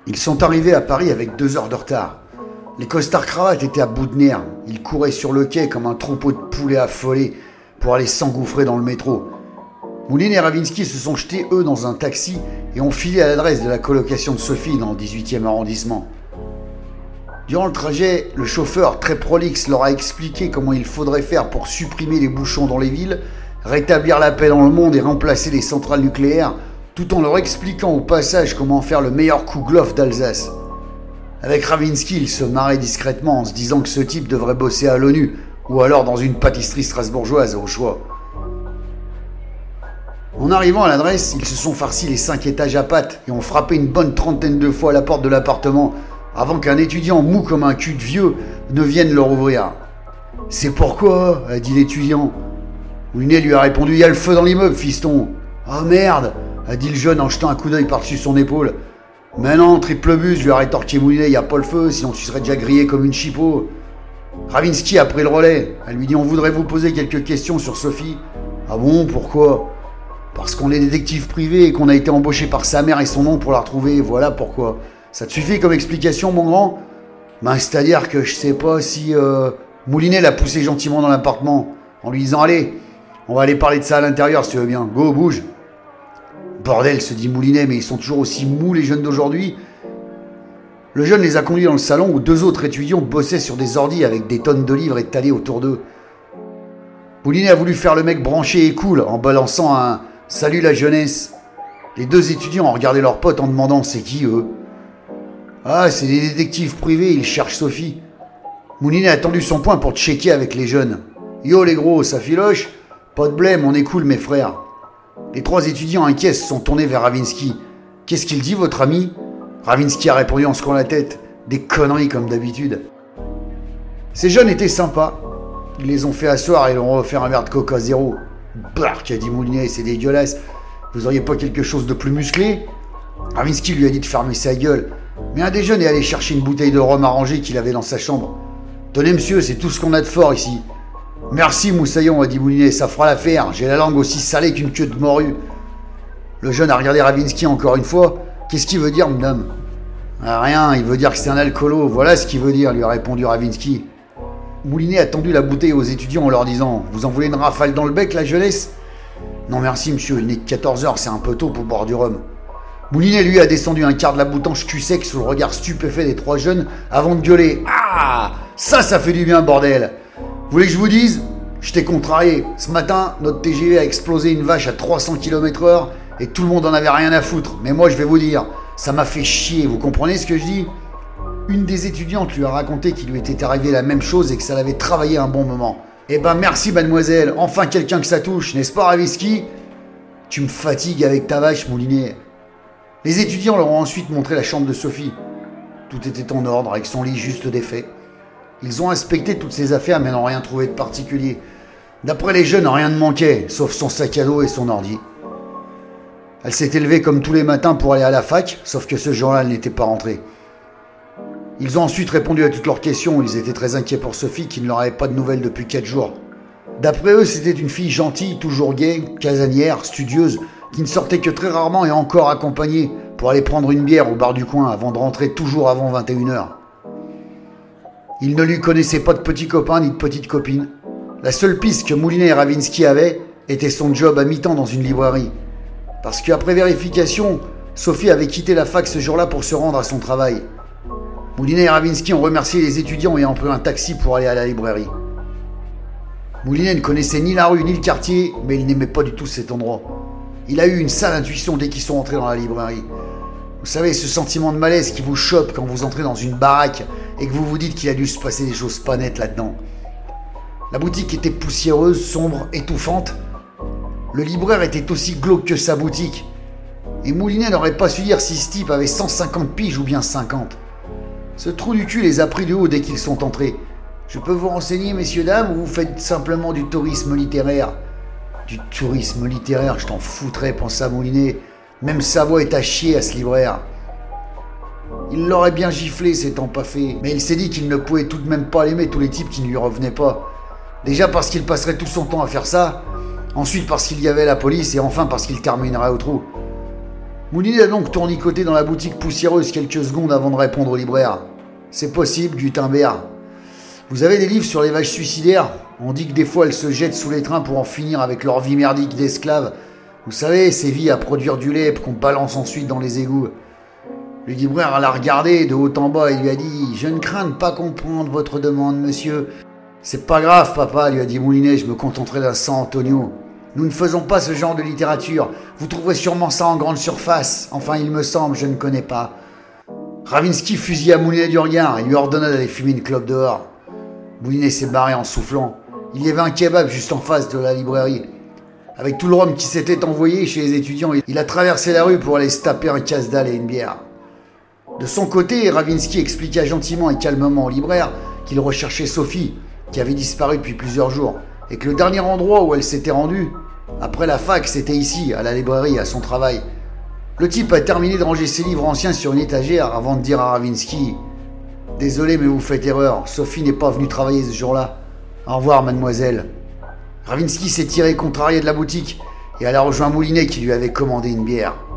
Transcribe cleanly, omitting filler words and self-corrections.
Ils sont arrivés à Paris avec 2 heures de retard. Les costards cravates étaient à bout de nerfs. Ils couraient sur le quai comme un troupeau de poulets affolés pour aller s'engouffrer dans le métro. Moulinet et Ravinsky se sont jetés, eux, dans un taxi et ont filé à l'adresse de la colocation de Sophie dans le 18e arrondissement. Durant le trajet, le chauffeur, très prolixe, leur a expliqué comment il faudrait faire pour supprimer les bouchons dans les villes, rétablir la paix dans le monde et remplacer les centrales nucléaires, tout en leur expliquant au passage comment faire le meilleur kouglof d'Alsace. Avec Ravinsky, il se marrait discrètement en se disant que ce type devrait bosser à l'ONU, ou alors dans une pâtisserie strasbourgeoise, au choix. En arrivant à l'adresse, ils se sont farcis les 5 étages à pattes et ont frappé une bonne 30aine de fois à la porte de l'appartement avant qu'un étudiant mou comme un cul de vieux ne vienne leur ouvrir. « C'est pourquoi ?» a dit l'étudiant. Moulinet lui a répondu « Il y a le feu dans l'immeuble, fiston !»« Oh merde !» a dit le jeune en jetant un coup d'œil par-dessus son épaule. « Mais non, triple bus !» lui a rétorqué Moulinet, « il n'y a pas le feu, sinon tu serais déjà grillé comme une chipot. » Ravinsky a pris le relais. Elle lui dit « On voudrait vous poser quelques questions sur Sophie. »« Ah bon, pourquoi ?»« Parce qu'on est détective privé et qu'on a été embauché par sa mère et son oncle pour la retrouver, voilà pourquoi. Ça te suffit comme explication, mon grand ?»« Ben, c'est-à-dire que je sais pas si... Moulinet l'a poussé gentiment dans l'appartement, en lui disant « Allez, on va aller parler de ça à l'intérieur si tu veux bien. Go, bouge !» Bordel, se dit Moulinet, mais ils sont toujours aussi mous les jeunes d'aujourd'hui. Le jeune les a conduits dans le salon où 2 autres étudiants bossaient sur des ordis avec des tonnes de livres étalés autour d'eux. Moulinet a voulu faire le mec branché et cool en balançant un « Salut la jeunesse !» Les 2 étudiants ont regardé leurs potes en demandant « C'est qui eux ?» « Ah, c'est des détectives privés, ils cherchent Sophie. » Moulinet a tendu son poing pour checker avec les jeunes. « Yo les gros, ça filoche ? Pas de blême, on est cool mes frères. » Les 3 étudiants inquiets se sont tournés vers Ravinsky. « Qu'est-ce qu'il dit votre ami ?» Ravinsky a répondu en secouant la tête. « Des conneries comme d'habitude. » Ces jeunes étaient sympas. Ils les ont fait asseoir et leur ont offert un verre de Coca Zéro. « Bark !» a dit Moulinet, c'est dégueulasse. Vous auriez pas quelque chose de plus musclé ? Ravinsky lui a dit de fermer sa gueule. Mais un des jeunes est allé chercher une bouteille de rhum arrangé qu'il avait dans sa chambre. « Tenez monsieur, c'est tout ce qu'on a de fort ici. »« Merci moussaillon » a dit Moulinet, ça fera l'affaire, j'ai la langue aussi salée qu'une queue de morue. Le jeune a regardé Ravinsky encore une fois. « Qu'est-ce qu'il veut dire, madame ?»« Rien, il veut dire que c'est un alcoolo, voilà ce qu'il veut dire, lui a répondu Ravinsky. Moulinet a tendu la bouteille aux étudiants en leur disant « Vous en voulez une rafale dans le bec, la jeunesse ?»« Non merci monsieur, il n'est que 14h, c'est un peu tôt pour boire du rhum. » Moulinet, lui, a descendu un quart de la boutanche cul sec sous le regard stupéfait des 3 jeunes avant de gueuler « Ah, ça fait du bien, bordel. Vous voulez que je vous dise ? Je t'ai contrarié. Ce matin, notre TGV a explosé une vache à 300 km/h et tout le monde en avait rien à foutre. Mais moi, je vais vous dire, ça m'a fait chier, vous comprenez ce que je dis ? » Une des étudiantes lui a raconté qu'il lui était arrivé la même chose et que ça l'avait travaillé un bon moment. « Eh ben merci, mademoiselle, enfin quelqu'un que ça touche, n'est-ce pas, Ravinsky ? Tu me fatigues avec ta vache, Moulinet. » Les étudiants leur ont ensuite montré la chambre de Sophie. Tout était en ordre, avec son lit juste défait. Ils ont inspecté toutes ses affaires, mais n'ont rien trouvé de particulier. D'après les jeunes, rien ne manquait, sauf son sac à dos et son ordi. Elle s'était levée comme tous les matins pour aller à la fac, sauf que ce jour-là, elle n'était pas rentrée. Ils ont ensuite répondu à toutes leurs questions. Ils étaient très inquiets pour Sophie, qui ne leur avait pas de nouvelles depuis 4 jours. D'après eux, c'était une fille gentille, toujours gaie, casanière, studieuse, qui ne sortait que très rarement et encore accompagnée pour aller prendre une bière au bar du coin avant de rentrer toujours avant 21h. Ils ne lui connaissaient pas de petits copains ni de petites copines. La seule piste que Moulinet et Ravinsky avaient était son job à mi-temps dans une librairie. Parce qu'après vérification, Sophie avait quitté la fac ce jour-là pour se rendre à son travail. Moulinet et Ravinsky ont remercié les étudiants et ont pris un taxi pour aller à la librairie. Moulinet ne connaissait ni la rue ni le quartier, mais il n'aimait pas du tout cet endroit. Il a eu une sale intuition dès qu'ils sont entrés dans la librairie. Vous savez, ce sentiment de malaise qui vous chope quand vous entrez dans une baraque et que vous vous dites qu'il a dû se passer des choses pas nettes là-dedans. La boutique était poussiéreuse, sombre, étouffante. Le libraire était aussi glauque que sa boutique. Et Moulinet n'aurait pas su dire si ce type avait 150 piges ou bien 50. Ce trou du cul les a pris de haut dès qu'ils sont entrés. « Je peux vous renseigner, messieurs, dames, ou vous faites simplement du tourisme littéraire ?»« Du tourisme littéraire, je t'en foutrais, pensa Moulinet. Même sa voix est à chier à ce libraire. » Il l'aurait bien giflé, s'étant pas fait, mais il s'est dit qu'il ne pouvait tout de même pas l'aimer tous les types qui ne lui revenaient pas. Déjà parce qu'il passerait tout son temps à faire ça, ensuite parce qu'il y avait la police, et enfin parce qu'il terminerait au trou. Moulinet a donc tournicoté dans la boutique poussiéreuse quelques secondes avant de répondre au libraire. C'est possible, Gutenberg. Vous avez des livres sur les vaches suicidaires? On dit que des fois elles se jettent sous les trains pour en finir avec leur vie merdique d'esclaves. Vous savez, ces vies à produire du lait qu'on balance ensuite dans les égouts. Le libraire l'a regardé de haut en bas et lui a dit « Je ne crains de pas comprendre votre demande, monsieur. »« C'est pas grave, papa, lui a dit Moulinet, je me contenterai d'un San Antonio. Nous ne faisons pas ce genre de littérature. Vous trouverez sûrement ça en grande surface. Enfin, il me semble, je ne connais pas. » Ravinsky fusilla Moulinet du regard et lui ordonna d'aller fumer une clope dehors. Moulinet s'est barré en soufflant. Il y avait un kebab juste en face de la librairie. Avec tout le rhum qui s'était envoyé chez les étudiants, il a traversé la rue pour aller se taper un casse-dalle et une bière. De son côté, Ravinsky expliqua gentiment et calmement au libraire qu'il recherchait Sophie, qui avait disparu depuis plusieurs jours, et que le dernier endroit où elle s'était rendue, après la fac, c'était ici, à la librairie, à son travail. Le type a terminé de ranger ses livres anciens sur une étagère avant de dire à Ravinsky « Désolé, mais vous faites erreur, Sophie n'est pas venue travailler ce jour-là. Au revoir, mademoiselle. » Ravinsky s'est tiré contrarié de la boutique et elle a rejoint Moulinet qui lui avait commandé une bière.